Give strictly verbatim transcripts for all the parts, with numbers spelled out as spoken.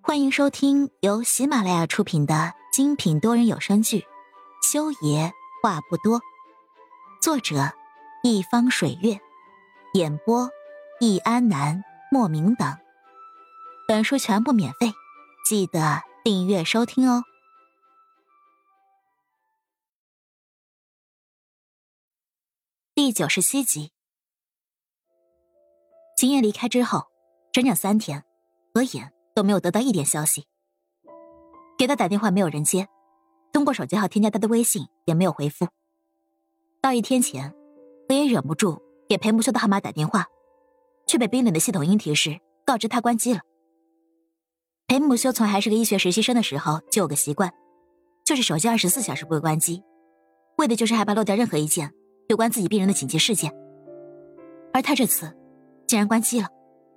欢迎收听由喜马拉雅出品的精品多人有声剧《修爷话不多》，作者一方水月，演播易安南、莫名等。本书全部免费，记得订阅收听哦。第九十七集。秦叶离开之后，整整三天，何影都没有得到一点消息。给他打电话没有人接，通过手机号添加他的微信也没有回复。到一天前，何影忍不住给裴木修的号码打电话，却被冰冷的系统音提示告知他关机了。裴木修从还是个医学实习生的时候就有个习惯，就是手机二十四小时不会关机，为的就是害怕漏掉任何一件有关自己病人的紧急事件。而他这次竟然关机了。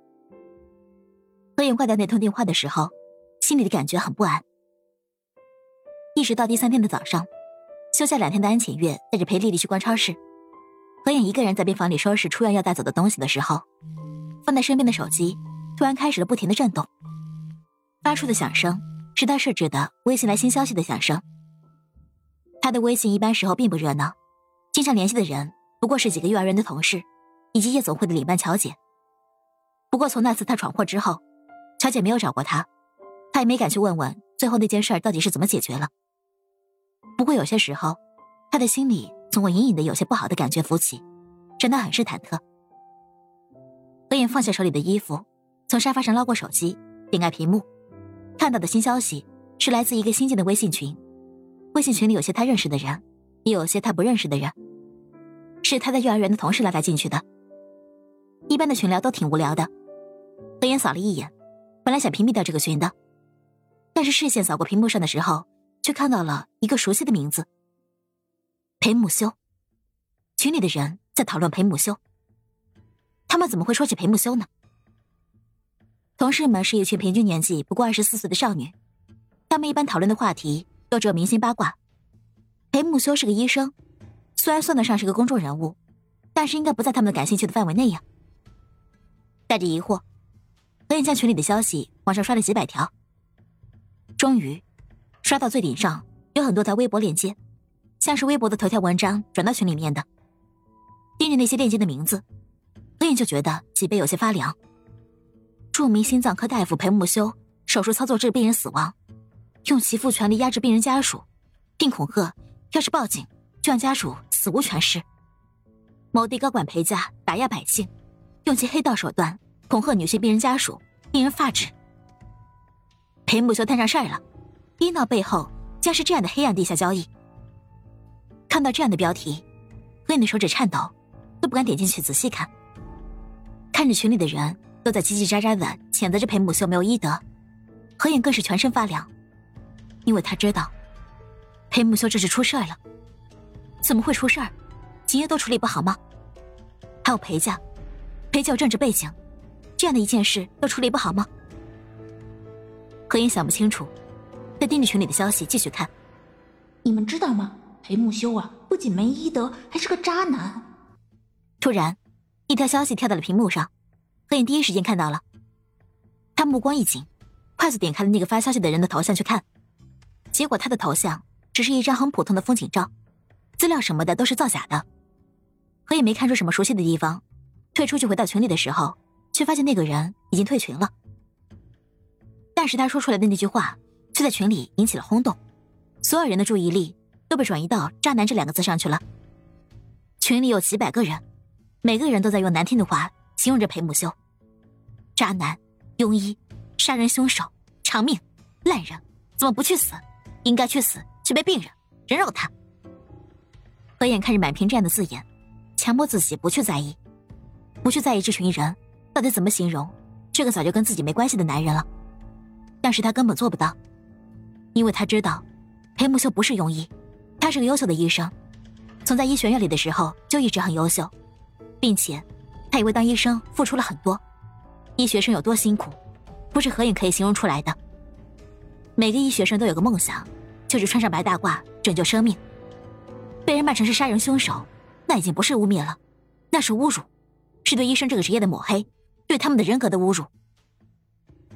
何影挂掉那通电话的时候，心里的感觉很不安。一直到第三天的早上，休假两天的安浅月带着裴丽丽去逛超市，何影一个人在病房里收拾出院要带走的东西的时候，放在身边的手机突然开始了不停的震动，发出的响声是他设置的微信来新消息的响声。他的微信一般时候并不热闹，经常联系的人不过是几个幼儿园的同事以及夜总会的领班乔姐。不过从那次他闯祸之后，乔姐没有找过他，他也没敢去问问最后那件事到底是怎么解决了。不过有些时候，他的心里总会隐隐的有些不好的感觉浮起，真的很是忐忑。何影放下手里的衣服，从沙发上捞过手机，点开屏幕，看到的新消息是来自一个新建的微信群。微信群里有些他认识的人，也有些他不认识的人，是他在幼儿园的同事拉他进去的。一般的群聊都挺无聊的，何影扫了一眼，本来想屏蔽掉这个群的，但是视线扫过屏幕上的时候，却看到了一个熟悉的名字，裴木修。群里的人在讨论裴木修，他们怎么会说起裴木修呢？同事们是一群平均年纪不过二十四岁的少女，他们一般讨论的话题都只有明星八卦。裴木修是个医生，虽然算得上是个公众人物，但是应该不在他们感兴趣的范围内呀。带着疑惑，何影将群里的消息往上刷了几百条，终于刷到最顶上有很多条微博链接，像是微博的头条文章转到群里面的。盯着那些链接的名字，何影就觉得脊背有些发凉。著名心脏科大夫裴木修手术操作致病人死亡，用其父权力压制病人家属，并恐吓要是报警就让家属死无全尸。某地高管裴家打压百姓，用其黑道手段恐吓女性病人家属，令人发指。裴木修摊上事儿了，医闹背后竟是这样的黑暗地下交易。看到这样的标题，何影的手指颤抖，都不敢点进去仔细看。看着群里的人都在叽叽喳喳的谴责着裴木修没有医德，何影更是全身发凉，因为他知道裴木修这是出事儿了。怎么会出事儿？警业都处理不好吗？还有裴家，裴家有政治背景，这样的一件事都处理不好吗？何影想不清楚，在盯着群里的消息继续看。 你们知道吗？裴木修啊，不仅没医德，还是个渣男。 突然，一条消息跳到了屏幕上，何影第一时间看到了。他目光一紧，快速点开了那个发消息的人的头像去看，结果他的头像只是一张很普通的风景照，资料什么的都是造假的。何影没看出什么熟悉的地方，退出去回到群里的时候，却发现那个人已经退群了。但是他说出来的那句话却在群里引起了轰动，所有人的注意力都被转移到渣男这两个字上去了。群里有几百个人，每个人都在用难听的话形容着裴木修：渣男、庸医、杀人凶手、偿命、烂人，怎么不去死？应该去死，却被病人人肉他。何影看着满屏这样的字眼，强迫自己不去在意，不去在意这群人到底怎么形容这个早就跟自己没关系的男人了。但是他根本做不到，因为他知道裴木修不是庸医，他是个优秀的医生，从在医学院里的时候就一直很优秀，并且他也为当医生付出了很多。医学生有多辛苦，不是何影可以形容出来的。每个医学生都有个梦想，就是穿上白大褂拯救生命。被人骂成是杀人凶手，那已经不是污蔑了，那是侮辱，是对医生这个职业的抹黑，对他们的人格的侮辱。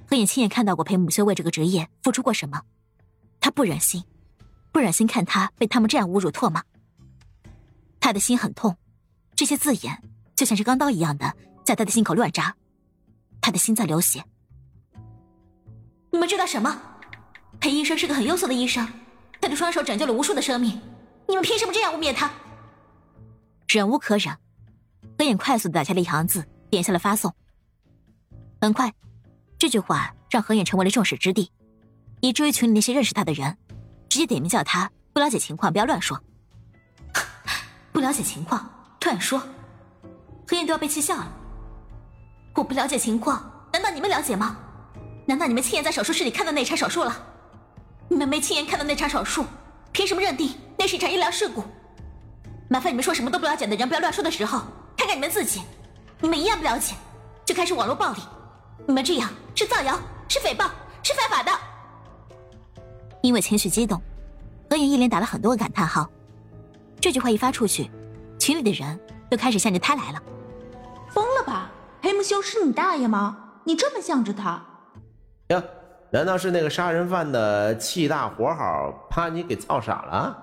何眼亲眼看到过陪母修为这个职业付出过什么，他不忍心，不忍心看他被他们这样侮辱唾骂。他的心很痛，这些字眼就像是钢刀一样的在他的心口乱扎，他的心在流血。你们知道什么？裴医生是个很优秀的医生，他的双手拯救了无数的生命，你们凭什么这样污蔑他？忍无可忍，何眼快速地打下了一行字，点下了发送。很快，这句话让何眼成为了众矢之的，以至于群里那些认识他的人直接点名叫他不了解情况不要乱说。不了解情况乱说，何眼都要被气笑了。我不了解情况，难道你们了解吗？难道你们亲眼在手术室里看到那场手术了？你们没亲眼看到那场手术，凭什么认定那是一场医疗事故？麻烦你们说什么都不了解的人不要乱说的时候，看看你们自己，你们一样不了解，就开始网络暴力，你们这样是造谣，是诽谤，是犯法的。因为情绪激动，何眼一连打了很多个感叹号。这句话一发出去，群里的人都开始向着他来了。 疯了吧？裴木修是你大爷吗？你这么向着他？ 呀，难道是那个杀人犯的气大活好，把你给操傻了？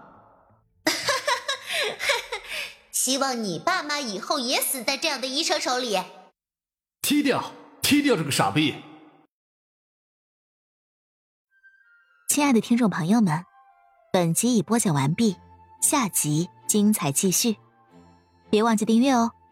希望你爸妈以后也死在这样的医生手里。 踢掉，踢掉这个傻逼！ 亲爱的听众朋友们，本集已播讲完毕，下集精彩继续，别忘记订阅哦。